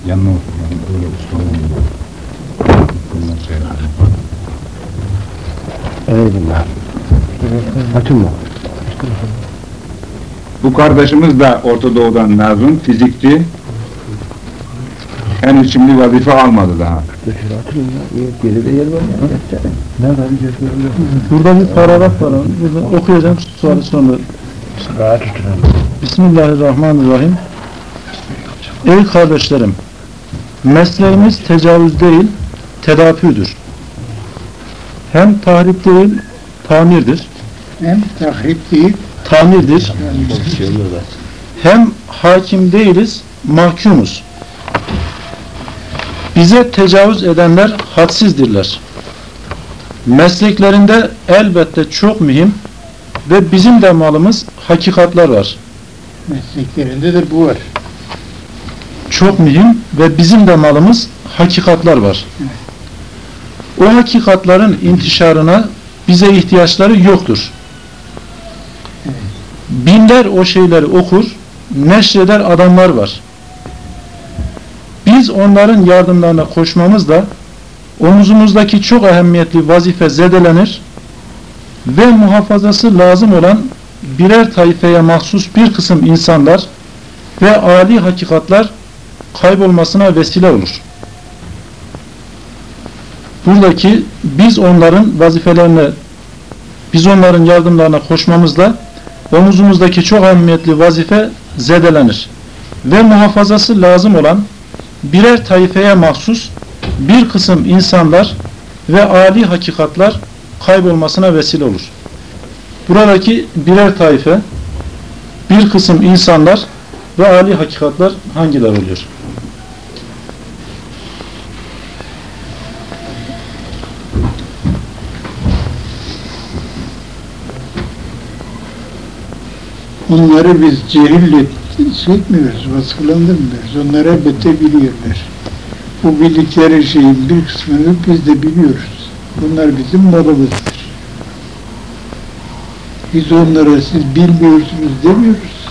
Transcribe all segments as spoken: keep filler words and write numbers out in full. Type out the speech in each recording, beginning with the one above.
Yanına otur. Yani öyle sorun yok. Eyvallah. Açın mı? Bu kardeşimiz de Orta Doğu'dan mezun, fizikçi. Henüz şimdi vazife almadı daha. Dışarı atın ya. Geride yer var ya. Nerede bir gösterelim. Burada bir paragraf var. Burada okuyacağım sonra sonra. Rahat tutun. Bismillahirrahmanirrahim. Ey kardeşlerim, mesleğimiz tecavüz değil, tedafüdür. Hem tahrip değil, tamirdir. Hem tahrip değil, Tamirdir. Hem hakim değiliz, mahkumuz. Bize tecavüz edenler hadsizdirler. Mesleklerinde elbette çok mühim ve bizim de malımız hakikatler var. mesleklerinde de bu var. Çok mühim ve bizim de malımız hakikatler var. O hakikatların intişarına bize ihtiyaçları yoktur. Binler o şeyleri okur, neşreder adamlar var. Biz onların yardımlarına koşmamızla omuzumuzdaki çok ehemmiyetli vazife zedelenir ve muhafazası lazım olan birer taifeye mahsus bir kısım insanlar ve âli hakikatler kaybolmasına vesile olur. Buradaki biz onların vazifelerine, biz onların yardımlarına koşmamızla omuzumuzdaki çok ehemmiyetli vazife zedelenir ve muhafazası lazım olan birer taifeye mahsus bir kısım insanlar ve âli hakikatler kaybolmasına vesile olur. Buradaki birer taife, bir kısım insanlar ve âli hakikatler hangileri oluyor? Onları biz cehille çekmiyoruz, vasıflandırmıyoruz. Onlar elbette biliyorlar. Bu bildikleri şeyin bir kısmını biz de biliyoruz. Bunlar bizim malımızdır. Biz onlara siz bilmiyorsunuz demiyoruz.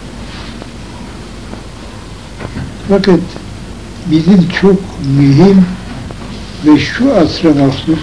Fakat bizim çok mühim ve şu asra mahsus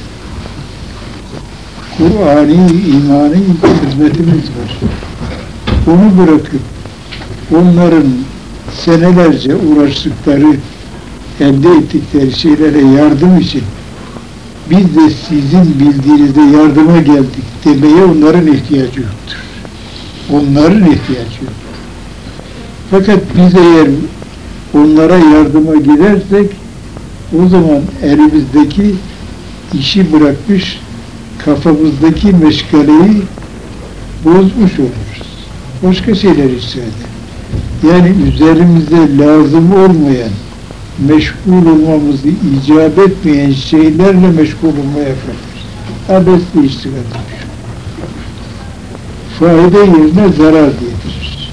Kur'an'ı, imani hizmetimiz var. Onu bırakıp onların senelerce uğraştıkları, elde ettikleri şeylere yardım için biz de sizin bildiğinizde yardıma geldik demeye onların ihtiyacı yoktur. Onların ihtiyacı yoktur. Fakat biz eğer onlara yardıma gidersek o zaman elimizdeki işi bırakmış, kafamızdaki meşgaleyi bozmuş oluruz. Başka şeyler istedi. Yani üzerimize lazım olmayan, meşgul olmamızı icap etmeyen şeylerle meşgul olmaya kalkarız. Abesli iştigal etmiş. Fayda yerine zarar getirir.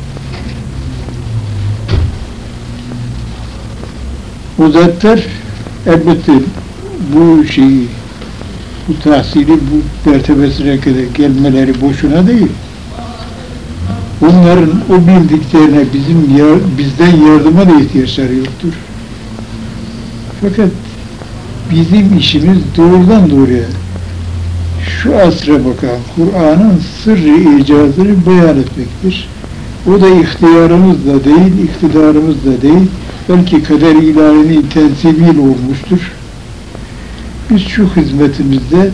O zatlar elbette bu şeyi, bu tahsili, bu mertebesine kadar gelmeleri boşuna değil. Onların o bildiklerine bizim yar, bizden yardıma da ihtiyaçları yoktur. Fakat bizim işimiz doğrudan doğruya şu asra bakan Kur'an'ın sırrı icazını beyan etmektir. O da ihtiyarımızla değil, iktidarımızla değil, belki kader ilahinin tensibiyle olmuştur. Biz şu hizmetimizde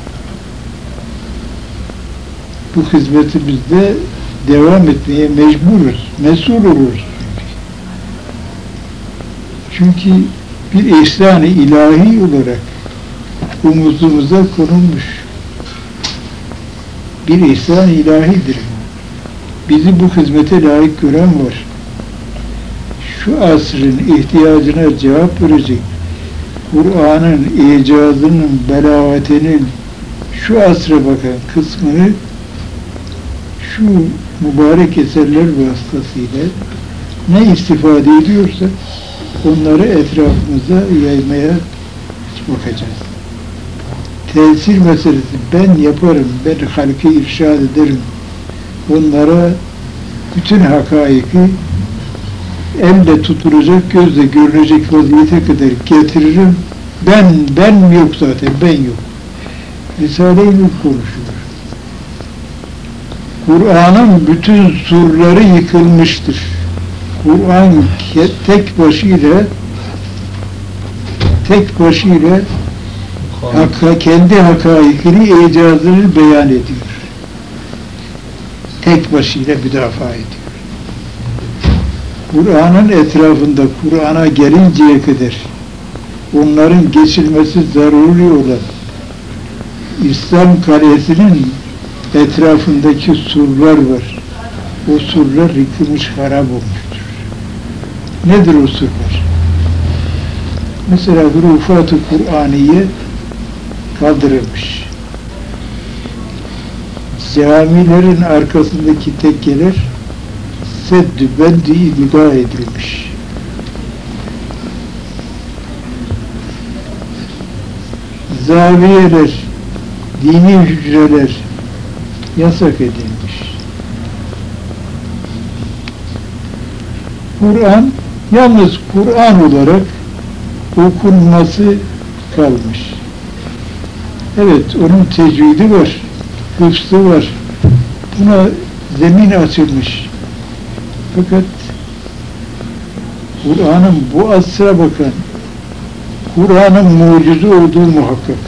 bu hizmetimizde devam etmeye mecburuz, mesul oluruz. Çünkü bir ihsan-ı ilahi olarak omuzumuza konulmuş bir ihsan-ı ilahidir. Bizi bu hizmete layık gören var. Şu asrın ihtiyacına cevap verecek, Kur'an'ın icazının, belagatinin şu asra bakan kısmını şu mübarek eserler vasıtasıyla ne istifade ediyorsa onları etrafımıza yaymaya bakacağız. Tesir meselesi, ben yaparım, ben halkı irşad ederim, onlara bütün hakaiki elle tutulacak, gözle görülecek vaziyete kadar getiririm. Ben, ben yok zaten, ben yok. Risale-i Nur konuşuyor. Kur'an'ın bütün surları yıkılmıştır. Kur'an tek başıyla tek başıyla hakka, kendi hakaikini, icazını beyan ediyor. Tek başıyla müdafaa ediyor. Kur'an'ın etrafında, Kur'an'a gelinceye kadar onların geçilmesi zaruri olan İslam kalesinin etrafındaki surlar var. O surlar yıkılmış, harap olmuştur. Nedir o surlar? Mesela Hurufat-ı Kur'aniye kaldırılmış. Camilerin arkasındaki tekkeler seddü bendi ilga edilmiş. Zaviyeler, dini hücreler yasak edilmiş. Kur'an yalnız Kur'an olarak okunması kalmış. Evet, onun tecvidi var, hıfzı var. Buna zemin açılmış. Fakat Kur'an'ın bu asra bakan, Kur'an'ın mucize olduğu muhakkak.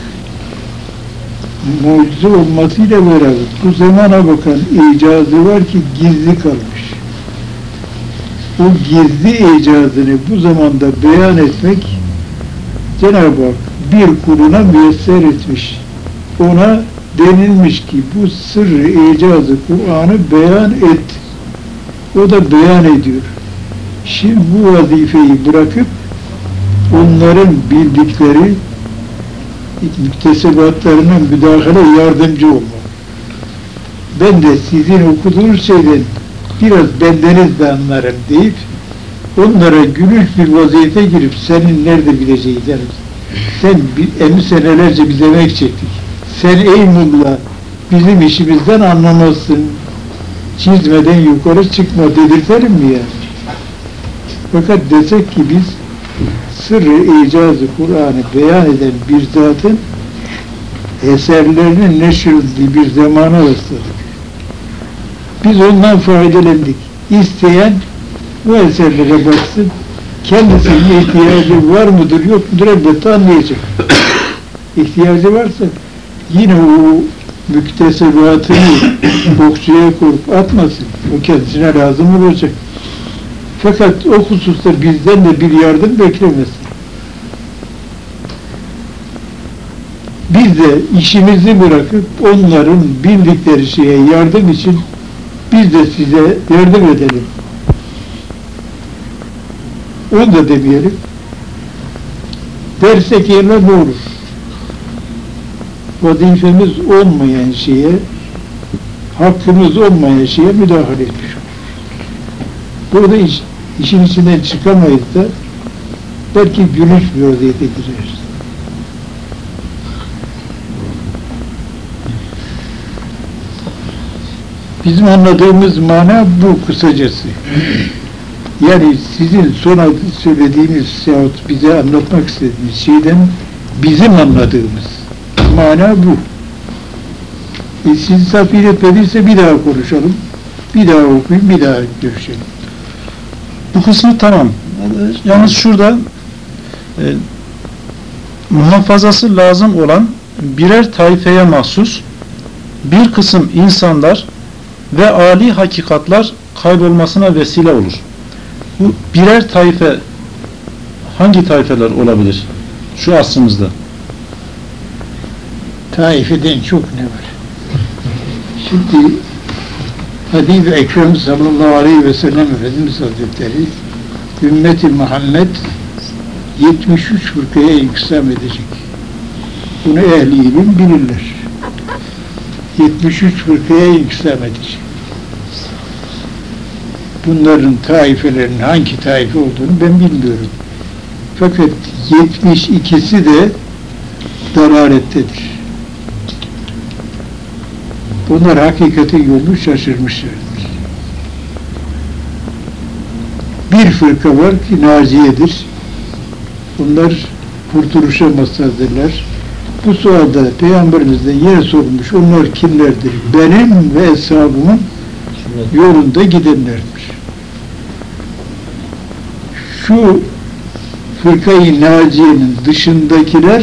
Mucize olmasıyla beraber bu zamana bakan icazı var ki gizli kalmış. O gizli icazını bu zamanda beyan etmek Cenab-ı Hak bir kuluna müyesser etmiş. Ona denilmiş ki bu sırrı icazı Kur'an'ı beyan et. O da beyan ediyor. Şimdi bu vazifeyi bırakıp onların bildikleri müktesebatlarına müdahale yardımcı olmak. Ben de sizin okuduğunuz şeyden biraz bendeniz de anlarım deyip onlara gülüş bir vaziyete girip senin nerede bileceği derim. Sen elli senelerce biz emek çektik. Sen ey mulla bizim işimizden anlamazsın. Çizmeden yukarı çıkma dedirtelim mi ya? Fakat desek ki biz sırrı icazı Kur'an'ı beyan eden bir zatın eserlerinin neşredildiği bir zamana rastladık. Biz ondan faydalandık. İsteyen bu eserlere baksın, kendisinin ihtiyacı var mıdır yok mudur elbette anlayacak. İhtiyacı varsa yine o müktesebatını bokçuya korup atmasın. O kendisine lazım olacak. Fakat o hususta bizden de bir yardım beklemesin. Biz de işimizi bırakıp onların bildikleri şeye yardım için biz de size yardım edelim. Onu da demeyelim. Dersek yerine ne olur? Vazifemiz olmayan şeye, hakkımız olmayan şeye müdahale etmiş olur. Burada iş, işin içinden çıkamayız da belki gülünç bir vaziyete gireriz. Bizim anladığımız mana bu kısacası. Yani sizin son söylediğiniz yahut bize anlatmak istediğiniz şeyden bizim anladığımız mana bu. E siz safir etmediyse bir daha konuşalım, bir daha okuyun, bir daha görüşelim. Bu kısmı tamam. Yalnız şurada e, muhafazası lazım olan birer taifeye mahsus bir kısım insanlar ve âli hakikatlar kaybolmasına vesile olur. Bu birer taife hangi taifeler olabilir şu asrımızda? Taifeden çok ne var? Şimdi Habib-i Ekrem sallallahu aleyhi ve sellem Efendimiz Hazretleri ümmeti Muhammed yetmiş üç fırkaya inkısam edecek. Bunu ehli ilim bilirler. yetmiş üç fırkaya inkısam edecek. Bunların taifelerinin hangi taife olduğunu ben bilmiyorum. Fakat yetmiş ikisi de dalalettedir. Bunlar hakikatin yolunu şaşırmışlardır. Bir fırka var ki naciyedir. Bunlar kurtuluşa mazhardırlar. Bu sualda Peygamberimizden yine sorulmuş, onlar kimlerdir? Benim ve eshabımın yolunda gidenlerdir. Şu fırkayı naciyenin dışındakiler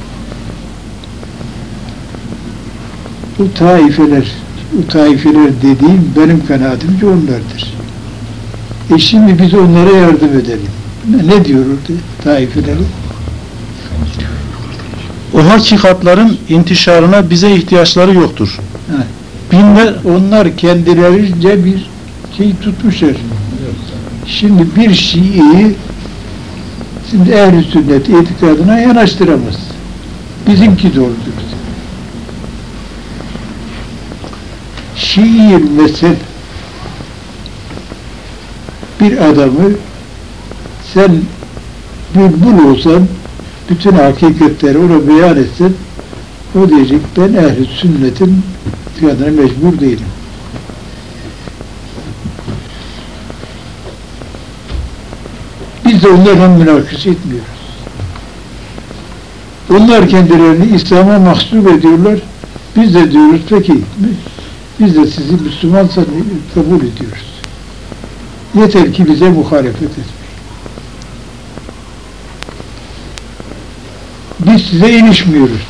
bu taifeler, bu taifeler dediğim benim kanaatimce onlardır. E şimdi biz onlara yardım edelim. Ne diyor orada taifeleri? O hakikatların intişarına bize ihtiyaçları yoktur. Ha. Binler, Onlar kendilerince bir şey tutmuşlar. Şimdi bir Şii'yi şimdi ehl-i sünnet itikadına yanaştıramaz. Bizimki doğrudur. Şii mezhep bir adamı sen bülbül olsan bütün hakikatleri ona beyan etsen o diyecek ben ehl-i sünnetin itikadına mecbur değilim. Biz de onlarla münakaşa etmiyoruz. Onlar kendilerini İslam'a mahsup ediyorlar. Biz de diyoruz peki biz de sizi Müslüman kabul ediyoruz. Yeter ki bize muhalefet etmeyin. Biz size ilişmiyoruz.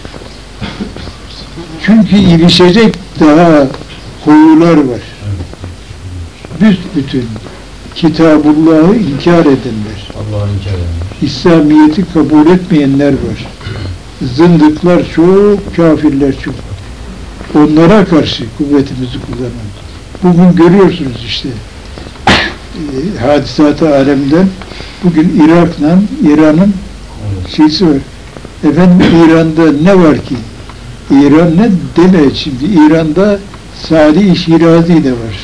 Çünkü ilişecek daha koyular var. Büsbütün Kitabullah'ı inkar edenler, İslamiyet'i kabul etmeyenler var. Zındıklar çok, kafirler çok. Onlara karşı kuvvetimizi kullanan. Bugün görüyorsunuz işte e, hadisat-ı alemden bugün Irak'la İran'ın şeysi var. Efendim İran'da ne var ki? İran ne deme şimdi. İran'da Sadi Şirazi de var.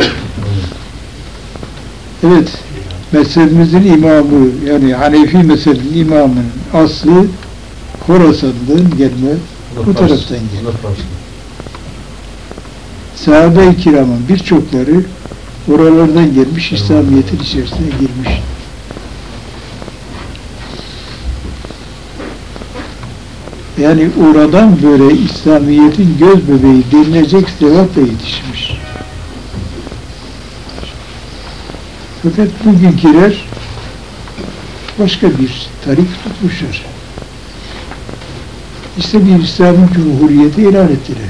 Evet, mezhebimizin imamı, yani Hanefi mezhebinin imamının aslı Horasan'dan gelme, bu taraftan gelme. Sahabe-i kiramın birçokları oralardan gelmiş, İslamiyet'in içerisine girmiş. Yani oradan böyle İslamiyet'in göz bebeği denilecek sevapla yetişmiş. Fakat bugünküler başka bir tarik tutmuşlar. İşte bir İslam'ın Cumhuriyeti ilan ettiler.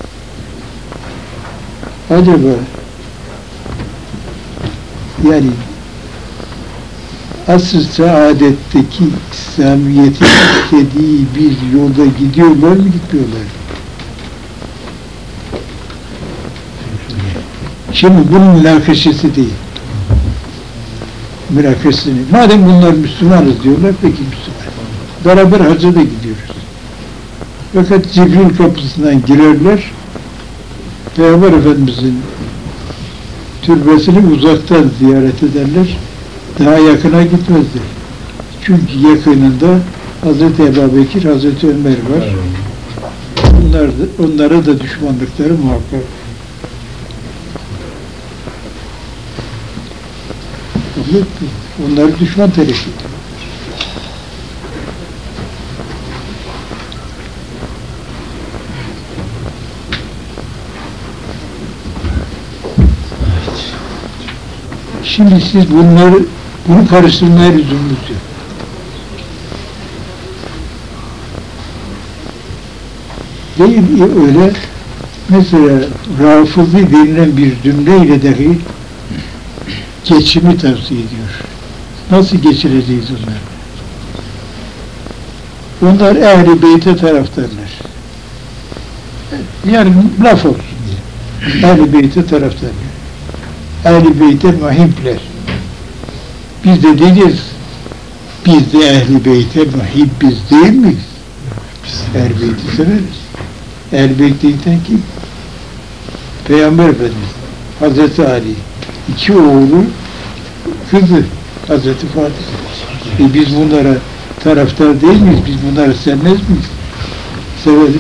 Acaba yani asr-ı saadetteki İslamiyet'in istediği bir yolda gidiyorlar mı gitmiyorlar mı? Şimdi bunun münakaşası değil. Münakaşasını. Madem bunlar Müslümanız diyorlar, peki Müslüman. Beraber hacca da gidiyoruz. Fakat Cibril kapısından girerler, Peygamber Efendimiz'in türbesini uzaktan ziyaret ederler, daha yakına gitmezler. Çünkü yakınında Hazreti Ebubekir, Hazreti Ömer var. Onlar da, onlara da düşmanlıkları muhakkak. Onları düşman terk ediyor. Şimdi siz bunları, bunu karıştırmaya lüzumunuz yok. Değil öyle, mesela Rafızi denilen bir cümleyle dahi geçimi tavsiye ediyor. Nasıl geçireceğiz onları? Onlar Ehl-i Beyt'e taraftarlar. Yani laf olsun diye. Ehl-i Beyt'e taraftarlar. Ehl-i Beyt'e muhimpler. Biz de diyeceğiz, biz de Ehl-i Beyt'e muhib biz değil miyiz? Ehl-i Beyt'i severiz. Ehl-i Beyt'ten kim? Peygamber Efendimiz, Hazreti Ali, iki oğlu, kızı, Hazreti Fatih. E biz bunlara taraftar değil miyiz? Biz bunları sevmez miyiz? Severiz.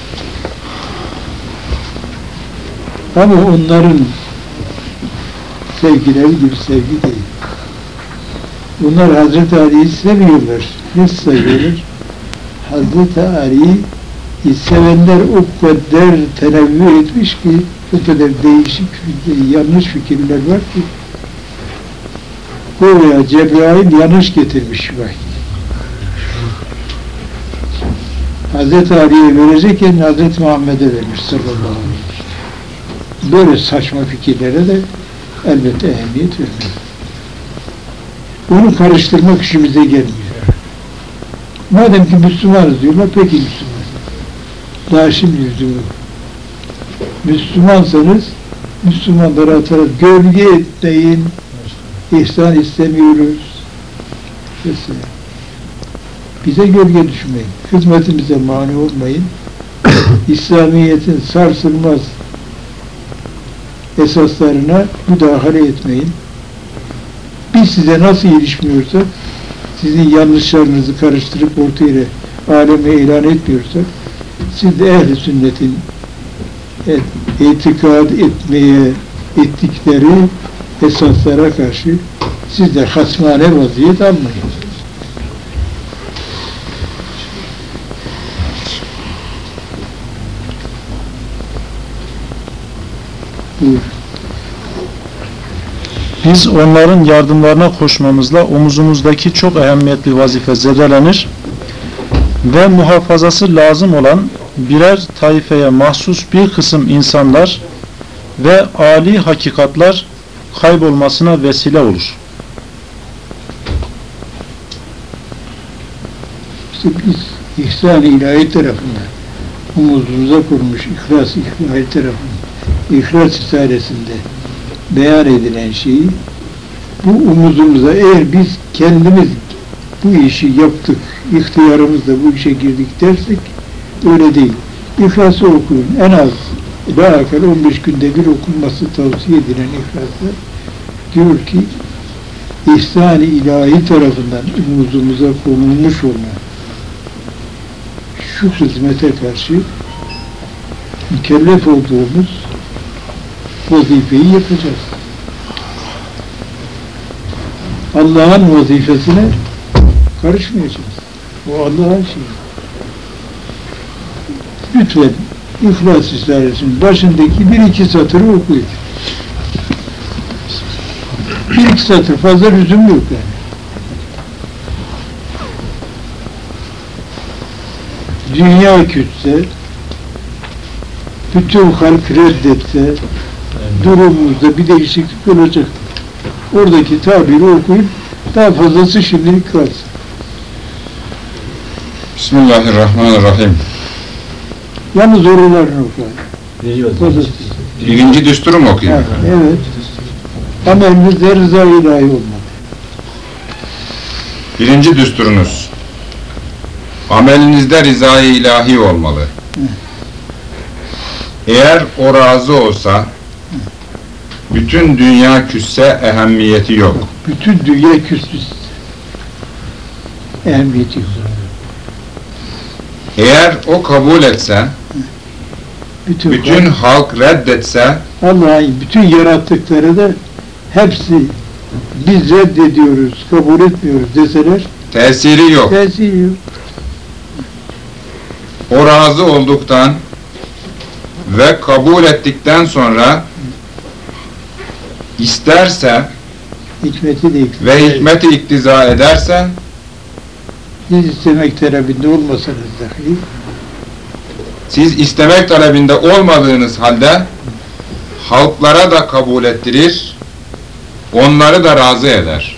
Ama onların sevgileri gibi sevgi değil. Bunlar Hazreti Ali'yi seviyorlar. Nasıl seviyorlar? Hazreti Ali'yi sevenler o kadar tenevvür etmiş ki, o kadar değişik, yanlış fikirler var ki, buraya Cebrail yanlış getirmiş vahiy. Hazreti Ali'ye verecekken Hazreti Muhammed'e vermiş sallallahu aleyhi ve sellem. Böyle saçma fikirlere de elbette ehemmiyet vermiyor. Onu karıştırmak işimize gelmiyor. Madem ki Müslümanız diyorlar, peki Müslüman. Daha şimdi Müslüman. Müslümansanız, Müslümanlara atarak gölge etmeyin, ihsan istemiyoruz. Mesela. Bize gölge düşmeyin, hizmetimize mani olmayın, İslamiyet'in sarsılmaz esaslarına müdahale etmeyin. Biz size nasıl ilişmiyorsak, sizin yanlışlarınızı karıştırıp ortaya aleme ilan etmiyorsak, siz de ehl-i sünnetin et, itikad etmeye ettikleri esaslara karşı siz de hasmane vaziyet almayın. Buyur. Biz onların yardımlarına koşmamızla omuzumuzdaki çok ehemmiyetli vazife zedelenir ve muhafazası lazım olan birer taifeye mahsus bir kısım insanlar ve âli hakikatlar kaybolmasına vesile olur. İşte biz İhsan-ı İlahi tarafından omuzumuza kurmuş İhlas-ı İlahi tarafından İhlas Risalesi'nde beyan edilen şeyi bu omuzumuza, eğer biz kendimiz bu işi yaptık, ihtiyarımızla bu işe girdik dersek öyle değil. İhlas'ı okuyun. En az daha akıl on beş günde bir okunması tavsiye edilen İhlas'ta diyor ki İhsan-ı İlahi tarafından omuzumuza konulmuş olan şu hizmete karşı mükellef olduğumuz vazifeyi yapacağız. Allah'ın vazifesine karışmayacağız. O Allah'ın şeyi. Lütfen İhlas Risalesi'nin başındaki bir iki satırı okuyun. Bir iki satır, fazla lüzum yok yani. Dünya küsse, bütün halk reddetse, durumumuzda bir değişiklik olacak. Oradaki tabiri okuyup daha fazlası şimdilik kalsın. Bismillahirrahmanirrahim. Yalnız oralarını okuyun. Birinci düsturu mu okuyayım? Evet. Amelimizde rıza-i ilahi olmak. Birinci düsturunuz. Amelinizde rıza-i ilahi olmalı. Hı. Eğer o razı olsa, bütün dünya küsse ehemmiyeti yok. Bütün dünya küstü. Ehemmiyeti yok. Eğer o kabul etse, Bütün, bütün halk, halk reddetse, Allah'ın bütün yarattıkları da hepsi biz reddediyoruz, kabul etmiyoruz deseler tesiri yok. tesiri yok. O razı olduktan ve kabul ettikten sonra isterse Hikmeti de iktiza ve eder. hikmeti iktiza ederse, Siz istemek talebinde olmasanız dahi siz istemek talebinde olmadığınız halde halklara da kabul ettirir, onları da razı eder.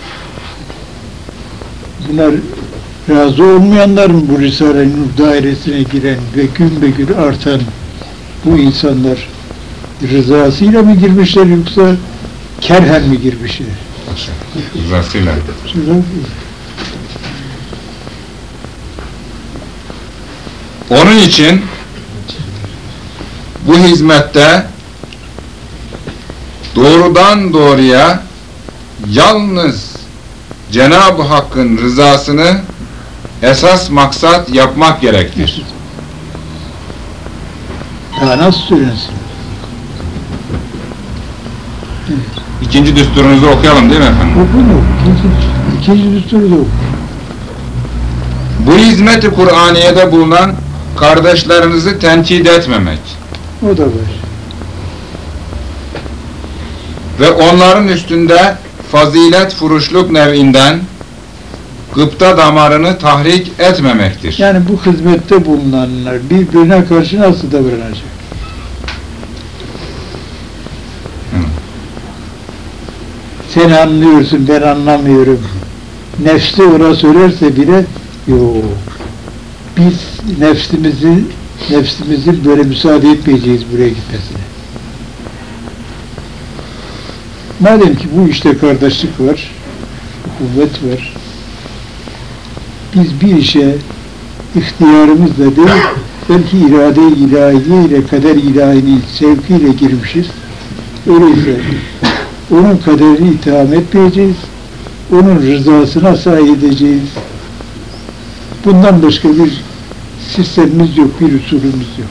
bunlar razı olmayanların bu Risale-i Nur dairesine giren ve gün be gün artan bu insanlar rızasıyla mı girmişler yoksa kerhen mi girmişler? Rızasıyla. Rıza- Onun için bu hizmette doğrudan doğruya yalnız Cenab-ı Hakk'ın rızasını esas maksat yapmak gerektir. Daha nasıl söylensin? Evet. İkinci düsturunuzu okuyalım değil mi efendim? Okun yok. İkinci, ikinci düsturu da oku. Bu hizmet-i Kur'aniye'de bulunan kardeşlerinizi tenkit etmemek O da var. ve onların üstünde fazilet furuşluk nev'inden gıpta damarını tahrik etmemektir. Yani bu hizmette bulunanlar birbirine karşı nasıl davranacak? Hı. Sen anlıyorsun, ben anlamıyorum. Nefsi ona söylerse bile yok. Biz nefsimizi nefsimizin böyle müsaade etmeyeceğiz buraya gitmesine. Madem ki bu işte kardeşlik var, kuvvet var, biz bir işe ihtiyarımızla değil, belki irade-i ilahiye ile kader ilahinin sevkiyle girmişiz. Öyleyse onun kaderini itham etmeyeceğiz, onun rızasına sahi edeceğiz. Bundan başka bir sistemimiz yok, bir usulümüz yok.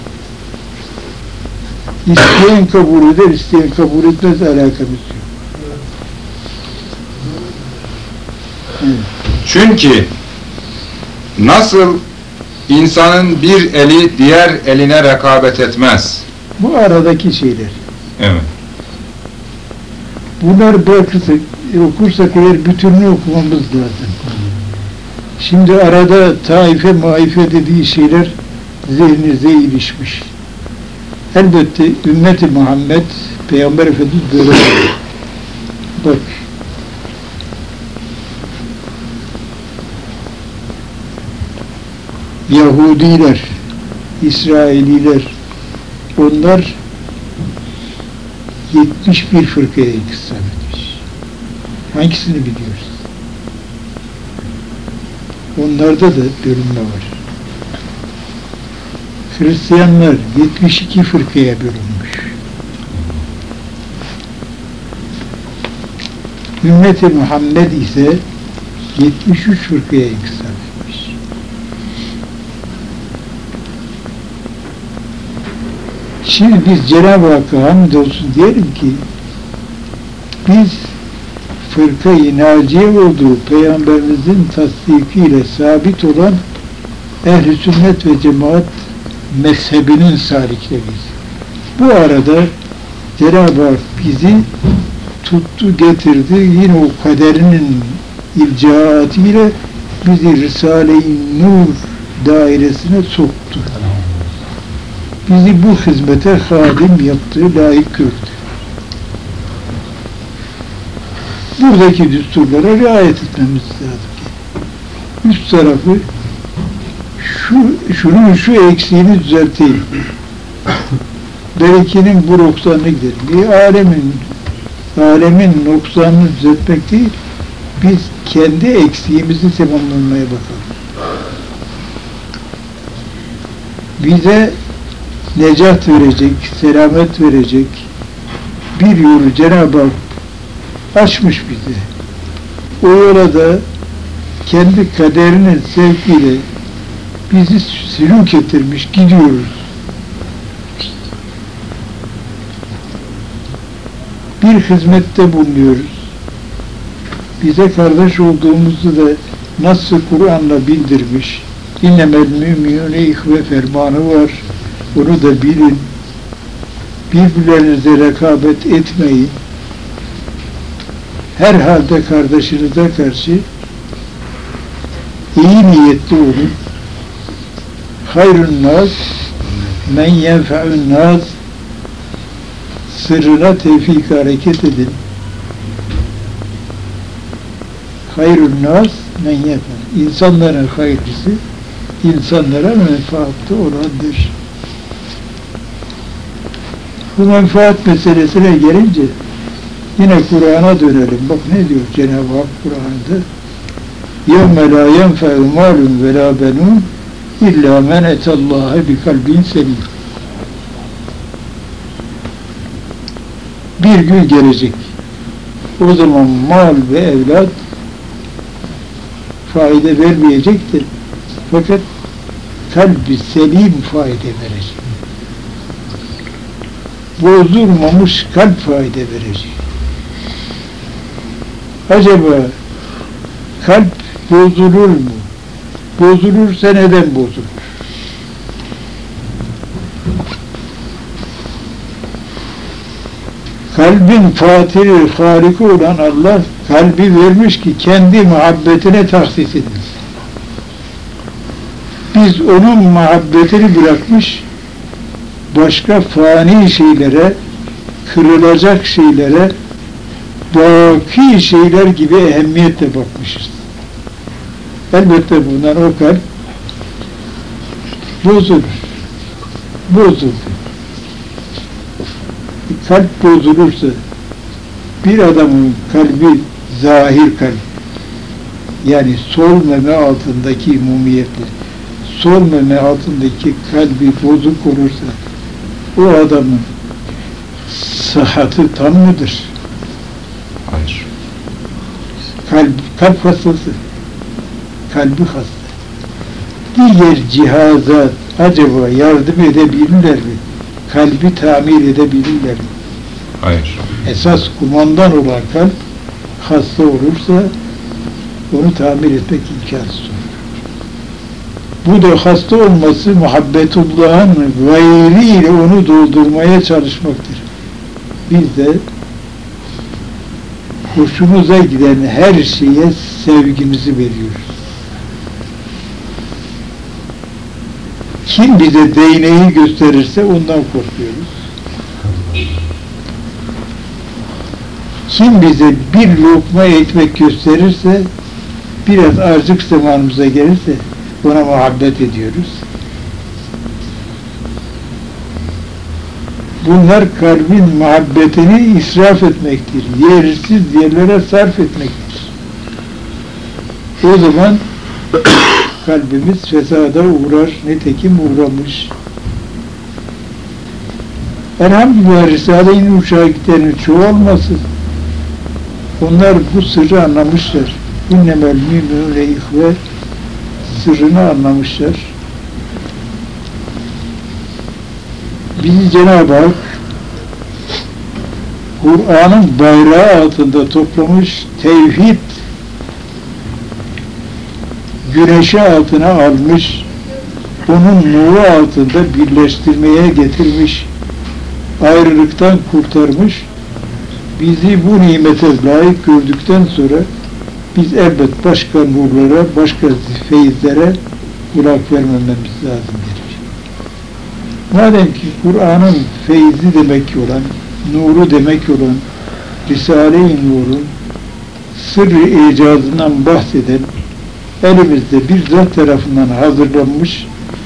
İsteyen kabul eder, isteyen kabul etmez, alakamız yok. Evet. Çünkü nasıl insanın bir eli diğer eline rekabet etmez. Bu aradaki şeyler. Evet. Bunlar bırakırsak, okursak eğer bütününü okumamız lazım. Şimdi arada taife maife dediği şeyler zihninize ilişmiş. Elbette ümmeti Muhammed, Peygamber Efendimiz böyle bak, Yahudiler, İsraililer, onlar yetmiş bir fırkaya inkısam etmiş. Hangisini biliyoruz? Onlarda da bölünme var. Hristiyanlar yetmiş iki fırkaya bölünmüş. Ümmet-i Muhammed ise yetmiş üç fırkaya inkısam etmiş. Şimdi biz Cenab-ı Hakk'a hamdolsun diyelim ki biz fırka-i naciye olduğu Peygamberimizin tasdikiyle sabit olan ehl-i sünnet ve cemaat mezhebinin salikleriyiz. Bu arada Cenab-ı Hak bizi tuttu, getirdi, yine o kaderinin ilcaatıyla bizi Risale-i Nur dairesine soktu. Bizi bu hizmete hadim yaptığı, layık gördü. Buradaki düsturlara riayet etmemiz lazım. Üst tarafı şu, şunun şu eksiğini düzelteyim. Berekinin bu noksanına gidelim. Bir alemin alemin noksanını düzeltmek değil, biz kendi eksiğimizi tamamlamaya bakalım. Bize necat verecek, selamet verecek bir yolu Cenab-ı Hak açmış bize. O yola da kendi kaderinin sevkiyle bizi sülük ettirmiş, gidiyoruz. Bir hizmette bulunuyoruz. Bize kardeş olduğumuzu da nasıl Kur'an'la bildirmiş, İnnemel müminûne ihve fermanı var. Onu da bilin. Birbirlerinize rekabet etmeyin. Her halde kardeşinize karşı iyi niyetli olun. Hayrun nas men yenfe'un nas, sırrına tevfik hareket edin. Hayrun nas men yenfe'un, İnsanların hayırlısı insanlara menfaatli olandır. Bu menfaat meselesine gelince yine Kur'an'a dönelim. Bak ne diyor Cenab-ı Hak Kur'an'da? يَوْمَ لَا يَنْفَعُ مَالٌ وَلَا بَنُونَ اِلَّا مَنْ اَتَى اللّٰهَ بِقَلْبٍ سَلِيمٍ. Bir gün gelecek. O zaman mal ve evlat fayda vermeyecektir. Fakat kalbi selim fayda verecek. Bozulmamış kalp fayda verecek. Acaba kalp bozulur mu? Bozulursa neden bozulur? Kalbin fatiri, harika olan Allah kalbi vermiş ki kendi muhabbetine tahsis edin. Biz onun muhabbetini bırakmış, başka fani şeylere, kırılacak şeylere, baki şeyler gibi ehemmiyetle bakmışız. Elbette bundan o kalp bozulur. Bozulur. Kalp bozulursa, bir adamın kalbi zahir kalp, yani sol meme altındaki mumiyetli, sol meme altındaki kalbi bozuk olursa, o adamın sıhhatı tam mıdır? Hayır. Kalp, kalp hastası, kalbi hasta. Diğer cihazat acaba yardım edebilirler mi? Kalbi tamir edebilirler mi? Hayır. Esas kumandan olan kalp hasta olursa onu tamir etmek imkansız olur. Bu da hasta olması muhabbetullah'ın gayriyle onu doldurmaya çalışmaktır. Biz de hoşumuza giden her şeye sevgimizi veriyoruz. Kim bize değneği gösterirse ondan korkuyoruz. Kim bize bir lokma ekmek gösterirse, biraz arzık zamanımıza gelirse ona muhabbet ediyoruz. Bunlar kalbin muhabbetini israf etmektir. Yersiz yerlere sarf etmektir. O zaman kalbimiz fesada uğrar, nitekim uğramış. Elhamdülillah Risale-i Nur şagirtlerinin çoğalması, onlar bu sırrı anlamışlar. İnnemel müminûne ihve sırrını anlamışlar. Bizi Cenab-ı Hak Kur'an'ın bayrağı altında toplamış, tevhid güneşi altına almış, onun nuru altında birleştirmeye getirmiş, ayrılıktan kurtarmış. Bizi bu nimete layık gördükten sonra biz elbet başka nurlara, başka feyizlere kulak vermememiz lazımdır. Madem ki Kur'an'ın feyzi demek olan, nuru demek olan Risale-i Nur'un sırrı icazından bahseden, elimizde bir zat tarafından hazırlanmış,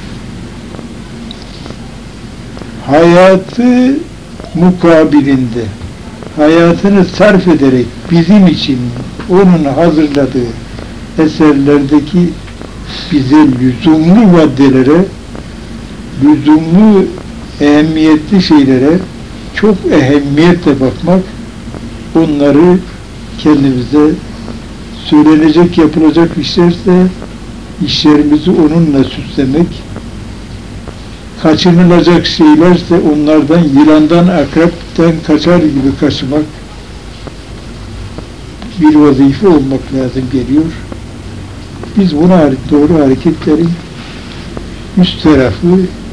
hayatı mukabilinde, hayatını sarf ederek bizim için onun hazırladığı eserlerdeki bize lüzumlu maddelere, lüzumlu ehemmiyetli şeylere çok ehemmiyetle bakmak, onları kendimize söylenecek, yapılacak işlerse işlerimizi onunla süslemek, kaçınılacak şeylerse onlardan, yılandan, akrepten kaçar gibi kaçmak bir vazife olmak lazım geliyor. Biz buna doğru hareketlerin üst tarafı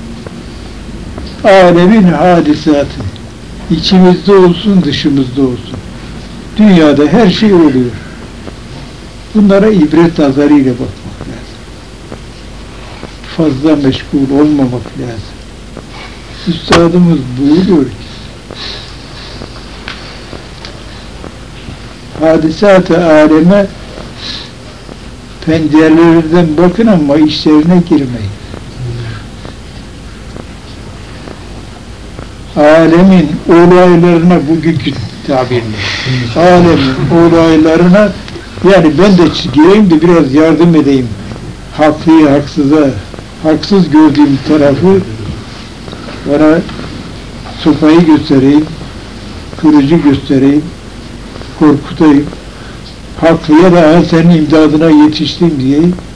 alemin hadisatı, içimizde olsun, dışımızda olsun. Dünyada her şey oluyor. Bunlara ibret nazarıyla bakmak lazım. Fazla meşgul olmamak lazım. Üstadımız buyuruyor ki, hadisat-ı aleme pencerelerden bakın ama işlerine girmeyin. Alemin olaylarına bugünkü tabirle, alemin olaylarına, yani ben de gireyim de biraz yardım edeyim. Haklıyı haksıza, haksız gördüğüm tarafı bana sopayı göstereyim, kılıcı göstereyim, korkutayım. Haklıya da senin imdadına yetiştim diye